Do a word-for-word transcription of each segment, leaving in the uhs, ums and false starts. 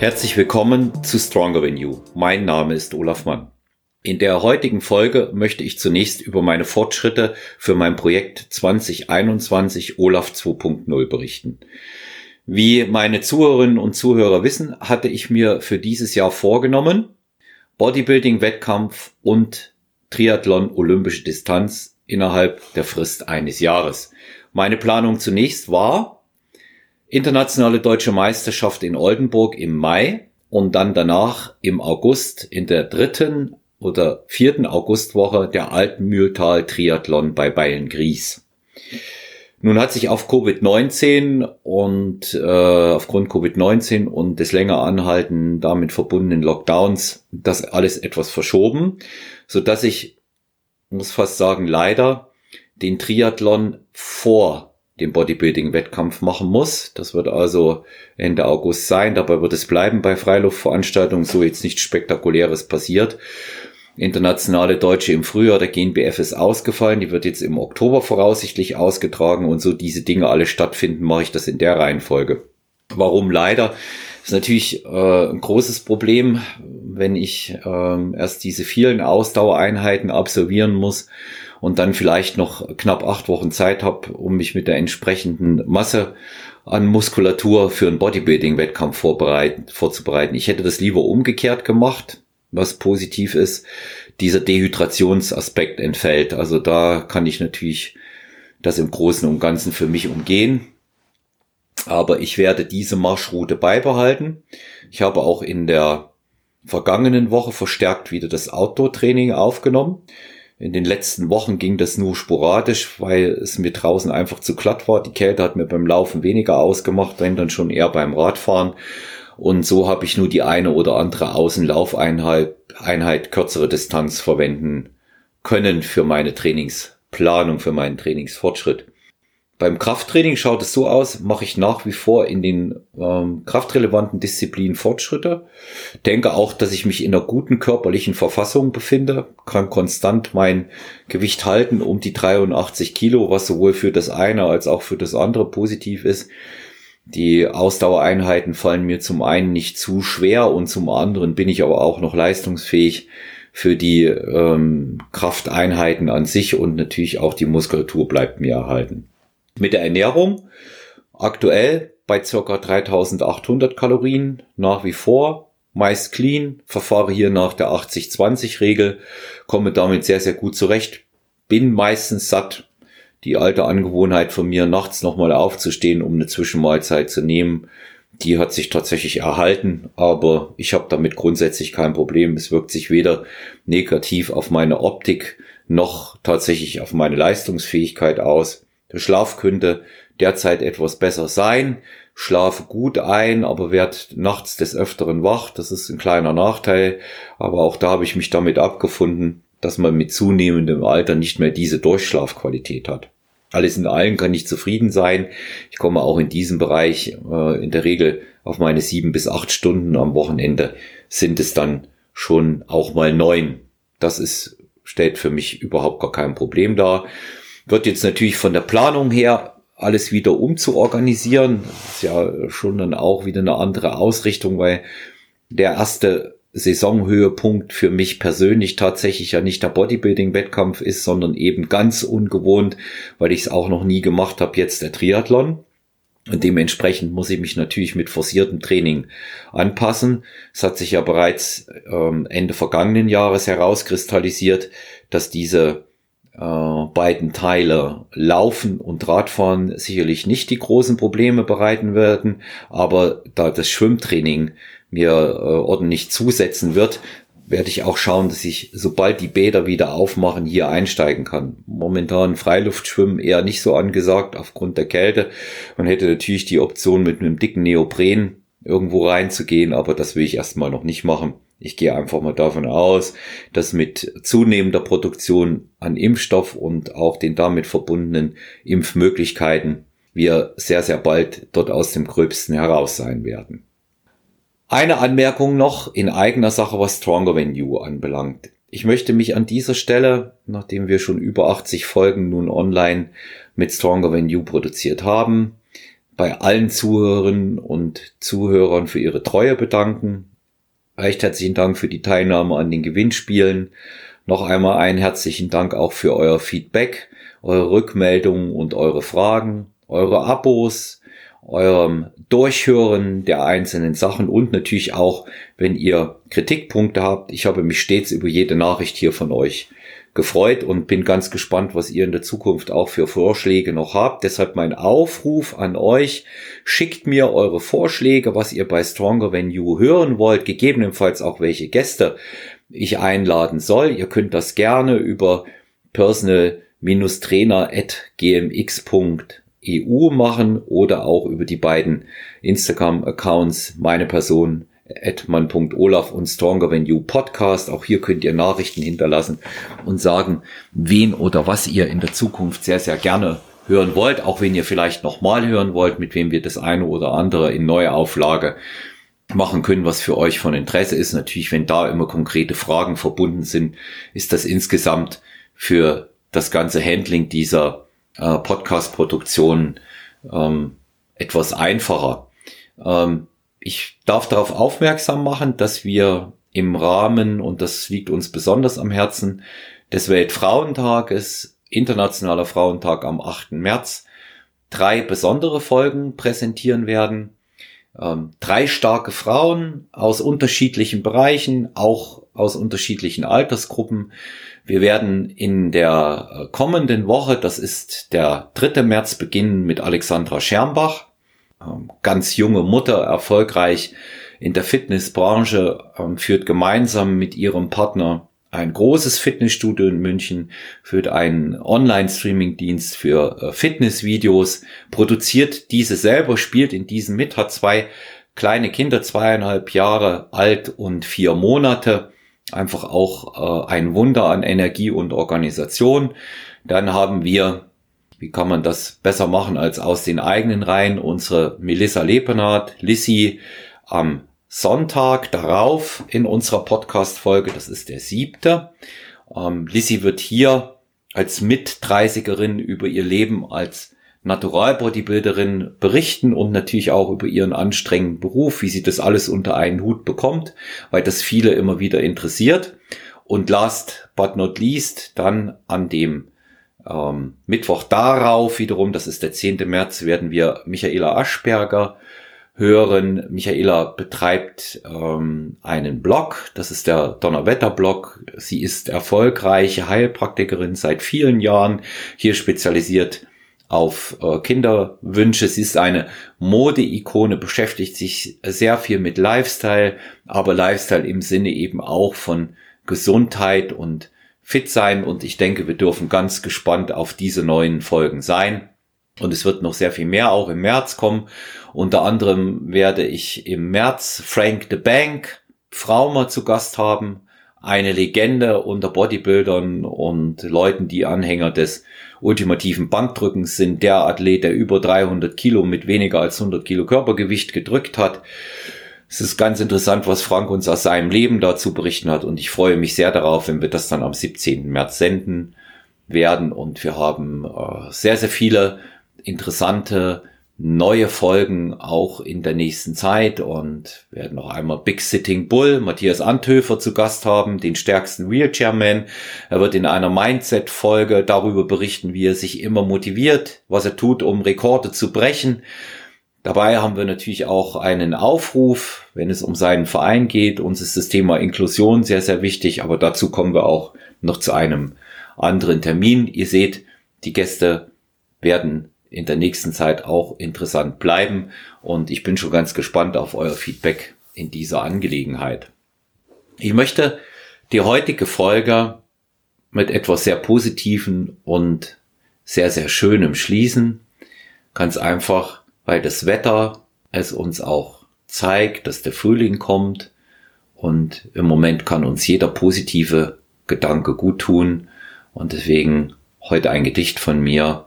Herzlich willkommen zu Stronger Than You. Mein Name ist Olaf Mann. In der heutigen Folge möchte ich zunächst über meine Fortschritte für mein Projekt zwanzig einundzwanzig Olaf zwei Punkt null berichten. Wie meine Zuhörerinnen und Zuhörer wissen, hatte ich mir für dieses Jahr vorgenommen, Bodybuilding-Wettkampf und Triathlon olympische Distanz innerhalb der Frist eines Jahres. Meine Planung zunächst war internationale deutsche Meisterschaft in Oldenburg im Mai und dann danach im August in der dritten oder vierten Augustwoche der Alpenmühltal Triathlon bei Beilngries. Nun hat sich auf Covid neunzehn und äh, aufgrund Covid neunzehn und des länger anhaltenden damit verbundenen Lockdowns das alles etwas verschoben, so dass ich, muss fast sagen, leider den Triathlon vor dem Bodybuilding-Wettkampf machen muss. Das wird also Ende August sein. Dabei wird es bleiben bei Freiluftveranstaltungen, so jetzt nichts Spektakuläres passiert. Internationale Deutsche im Frühjahr, der G N B F ist ausgefallen. Die wird jetzt im Oktober voraussichtlich ausgetragen und so diese Dinge alle stattfinden, mache ich das in der Reihenfolge. Warum leider? Das ist natürlich äh, ein großes Problem, wenn ich äh, erst diese vielen Ausdauereinheiten absolvieren muss und dann vielleicht noch knapp acht Wochen Zeit habe, um mich mit der entsprechenden Masse an Muskulatur für einen Bodybuilding-Wettkampf vorbereiten, vorzubereiten. Ich hätte das lieber umgekehrt gemacht, was positiv ist. Dieser Dehydrationsaspekt entfällt. Also da kann ich natürlich das im Großen und Ganzen für mich umgehen. Aber ich werde diese Marschroute beibehalten. Ich habe auch in der vergangenen Woche verstärkt wieder das Outdoor-Training aufgenommen. In den letzten Wochen ging das nur sporadisch, weil es mir draußen einfach zu glatt war. Die Kälte hat mir beim Laufen weniger ausgemacht, wenn dann schon eher beim Radfahren. Und so habe ich nur die eine oder andere Außenlaufeinheit, Einheit, kürzere Distanz verwenden können für meine Trainingsplanung, für meinen Trainingsfortschritt. Beim Krafttraining schaut es so aus, mache ich nach wie vor in den ähm, kraftrelevanten Disziplinen Fortschritte. Denke auch, dass ich mich in einer guten körperlichen Verfassung befinde, kann konstant mein Gewicht halten um die dreiundachtzig Kilo, was sowohl für das eine als auch für das andere positiv ist. Die Ausdauereinheiten fallen mir zum einen nicht zu schwer und zum anderen bin ich aber auch noch leistungsfähig für die ähm, Krafteinheiten an sich und natürlich auch die Muskulatur bleibt mir erhalten. Mit der Ernährung aktuell bei ca. dreitausendachthundert Kalorien nach wie vor, meist clean, verfahre hier nach der achtzig zwanzig Regel, komme damit sehr, sehr gut zurecht, bin meistens satt. Die alte Angewohnheit von mir, nachts nochmal aufzustehen, um eine Zwischenmahlzeit zu nehmen, die hat sich tatsächlich erhalten, aber ich habe damit grundsätzlich kein Problem. Es wirkt sich weder negativ auf meine Optik noch tatsächlich auf meine Leistungsfähigkeit aus. Der Schlaf könnte derzeit etwas besser sein, schlafe gut ein, aber werde nachts des Öfteren wach. Das ist ein kleiner Nachteil, aber auch da habe ich mich damit abgefunden, dass man mit zunehmendem Alter nicht mehr diese Durchschlafqualität hat. Alles in allem kann ich zufrieden sein. Ich komme auch in diesem Bereich äh, in der Regel auf meine sieben bis acht Stunden. Am Wochenende sind es dann schon auch mal neun. Das ist, stellt für mich überhaupt gar kein Problem dar. Wird jetzt natürlich von der Planung her alles wieder umzuorganisieren. Das ist ja schon dann auch wieder eine andere Ausrichtung, weil der erste Saisonhöhepunkt für mich persönlich tatsächlich ja nicht der Bodybuilding-Wettkampf ist, sondern eben ganz ungewohnt, weil ich es auch noch nie gemacht habe, jetzt der Triathlon. Und dementsprechend muss ich mich natürlich mit forciertem Training anpassen. Es hat sich ja bereits ähm, Ende vergangenen Jahres herauskristallisiert, dass diese äh, beiden Teile Laufen und Radfahren sicherlich nicht die großen Probleme bereiten werden, aber da das Schwimmtraining mir äh, ordentlich zusetzen wird, werde ich auch schauen, dass ich, sobald die Bäder wieder aufmachen, hier einsteigen kann. Momentan Freiluftschwimmen eher nicht so angesagt aufgrund der Kälte. Man hätte natürlich die Option, mit einem dicken Neopren irgendwo reinzugehen, aber das will ich erstmal noch nicht machen. Ich gehe einfach mal davon aus, dass mit zunehmender Produktion an Impfstoff und auch den damit verbundenen Impfmöglichkeiten wir sehr, sehr bald dort aus dem Gröbsten heraus sein werden. Eine Anmerkung noch in eigener Sache, was Stronger Than You anbelangt. Ich möchte mich an dieser Stelle, nachdem wir schon über achtzig Folgen nun online mit Stronger Than You produziert haben, bei allen Zuhörerinnen und Zuhörern für ihre Treue bedanken. Recht herzlichen Dank für die Teilnahme an den Gewinnspielen. Noch einmal einen herzlichen Dank auch für euer Feedback, eure Rückmeldungen und eure Fragen, eure Abos, eurem Durchhören der einzelnen Sachen und natürlich auch, wenn ihr Kritikpunkte habt. Ich habe mich stets über jede Nachricht hier von euch gefreut und bin ganz gespannt, was ihr in der Zukunft auch für Vorschläge noch habt. Deshalb mein Aufruf an euch, schickt mir eure Vorschläge, was ihr bei Stronger Than You hören wollt, gegebenenfalls auch welche Gäste ich einladen soll. Ihr könnt das gerne über personal-trainer at g m x punkt e u machen oder auch über die beiden Instagram-Accounts, meine Person edman punkt olaf und Stronger Than You Podcast. Auch hier könnt ihr Nachrichten hinterlassen und sagen, wen oder was ihr in der Zukunft sehr, sehr gerne hören wollt. Auch wenn ihr vielleicht nochmal hören wollt, mit wem wir das eine oder andere in Neuauflage machen können, was für euch von Interesse ist. Natürlich, wenn da immer konkrete Fragen verbunden sind, ist das insgesamt für das ganze Handling dieser äh, Podcast-Produktion ähm, etwas einfacher. Ähm, Ich darf darauf aufmerksam machen, dass wir im Rahmen, und das liegt uns besonders am Herzen, des Weltfrauentages, Internationaler Frauentag am achten März, drei besondere Folgen präsentieren werden. Ähm, drei starke Frauen aus unterschiedlichen Bereichen, auch aus unterschiedlichen Altersgruppen. Wir werden in der kommenden Woche, das ist der dritte März, beginnen mit Alexandra Schermbach. Ganz junge Mutter, erfolgreich in der Fitnessbranche, führt gemeinsam mit ihrem Partner ein großes Fitnessstudio in München, führt einen Online-Streaming-Dienst für Fitnessvideos, produziert diese selber, spielt in diesen mit, hat zwei kleine Kinder, zweieinhalb Jahre alt und vier Monate. Einfach auch ein Wunder an Energie und Organisation. Dann haben wir, wie kann man das besser machen als aus den eigenen Reihen, unsere Melissa Lepenhardt, Lissi, am Sonntag darauf in unserer Podcast-Folge, das ist der siebte. Ähm, Lissi wird hier als Mit-dreißigerin über ihr Leben als Natural-Bodybuilderin berichten und natürlich auch über ihren anstrengenden Beruf, wie sie das alles unter einen Hut bekommt, weil das viele immer wieder interessiert. Und last but not least, dann an dem Ähm, Mittwoch darauf wiederum, das ist der zehnte März, werden wir Michaela Aschberger hören. Michaela betreibt ähm, einen Blog, das ist der Donnerwetter-Blog. Sie ist erfolgreiche Heilpraktikerin seit vielen Jahren, hier spezialisiert auf äh, Kinderwünsche. Sie ist eine Mode-Ikone, beschäftigt sich sehr viel mit Lifestyle, aber Lifestyle im Sinne eben auch von Gesundheit und fit sein, und ich denke, wir dürfen ganz gespannt auf diese neuen Folgen sein. Und es wird noch sehr viel mehr auch im März kommen. Unter anderem werde ich im März Frank the Bank Fraumer zu Gast haben, eine Legende unter Bodybuildern und Leuten, die Anhänger des ultimativen Bankdrückens sind. Der Athlet, der über dreihundert Kilo mit weniger als hundert Kilo Körpergewicht gedrückt hat. Es ist ganz interessant, was Frank uns aus seinem Leben dazu berichten hat, und ich freue mich sehr darauf, wenn wir das dann am siebzehnten März senden werden. Und wir haben äh, sehr, sehr viele interessante neue Folgen auch in der nächsten Zeit und werden noch einmal Big Sitting Bull, Matthias Anthöfer, zu Gast haben, den stärksten Wheelchairman. Er wird in einer Mindset-Folge darüber berichten, wie er sich immer motiviert, was er tut, um Rekorde zu brechen. Dabei haben wir natürlich auch einen Aufruf, wenn es um seinen Verein geht. Uns ist das Thema Inklusion sehr, sehr wichtig, aber dazu kommen wir auch noch zu einem anderen Termin. Ihr seht, die Gäste werden in der nächsten Zeit auch interessant bleiben und ich bin schon ganz gespannt auf euer Feedback in dieser Angelegenheit. Ich möchte die heutige Folge mit etwas sehr Positivem und sehr, sehr Schönem schließen. Ganz einfach, weil das Wetter es uns auch zeigt, dass der Frühling kommt, und im Moment kann uns jeder positive Gedanke gut tun, und deswegen heute ein Gedicht von mir,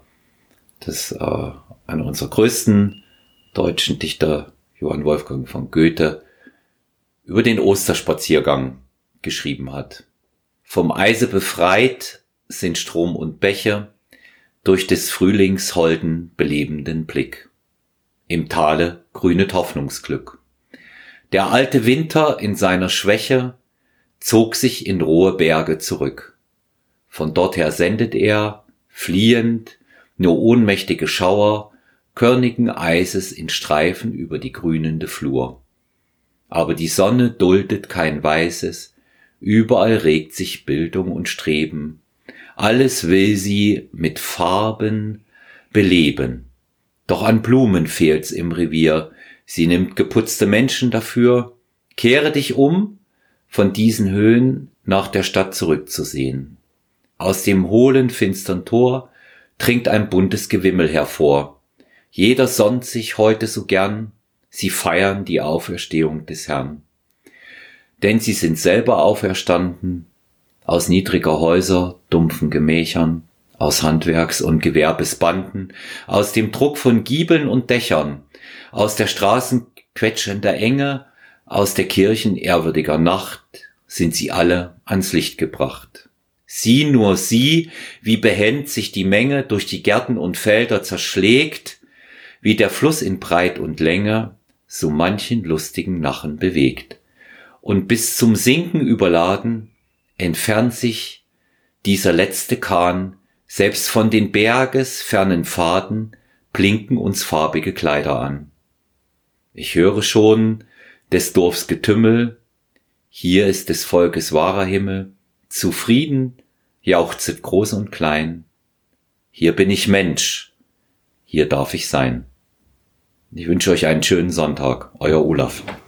das äh, einer unserer größten deutschen Dichter, Johann Wolfgang von Goethe, über den Osterspaziergang geschrieben hat. Vom Eise befreit sind Strom und Bäche durch des Frühlings holden belebenden Blick. im Tale grünet Hoffnungsglück. Der alte Winter in seiner Schwäche zog sich in rohe Berge zurück. Von dorther sendet er, fliehend, nur ohnmächtige Schauer körnigen Eises in Streifen über die grünende Flur. Aber die Sonne duldet kein Weißes, überall regt sich Bildung und Streben. Alles will sie mit Farben beleben. Doch an Blumen fehlt's im Revier, sie nimmt geputzte Menschen dafür. Kehre dich um, von diesen Höhen nach der Stadt zurückzusehen. Aus dem hohlen, finstern Tor dringt ein buntes Gewimmel hervor. Jeder sonnt sich heute so gern, sie feiern die Auferstehung des Herrn. Denn sie sind selber auferstanden, aus niedriger Häuser, dumpfen Gemächern, aus Handwerks- und Gewerbesbanden, aus dem Druck von Giebeln und Dächern, aus der Straßen quetschender Enge, aus der Kirchen ehrwürdiger Nacht sind sie alle ans Licht gebracht. Sieh nur sie, wie behend sich die Menge durch die Gärten und Felder zerschlägt, wie der Fluss in Breit und Länge so manchen lustigen Nachen bewegt. Und bis zum Sinken überladen entfernt sich dieser letzte Kahn, selbst von den Berges fernen Pfaden blinken uns farbige Kleider an. Ich höre schon des Dorfs Getümmel, hier ist des Volkes wahrer Himmel, zufrieden jauchzet groß und klein, hier bin ich Mensch, hier darf ich sein. Ich wünsche euch einen schönen Sonntag, euer Olaf.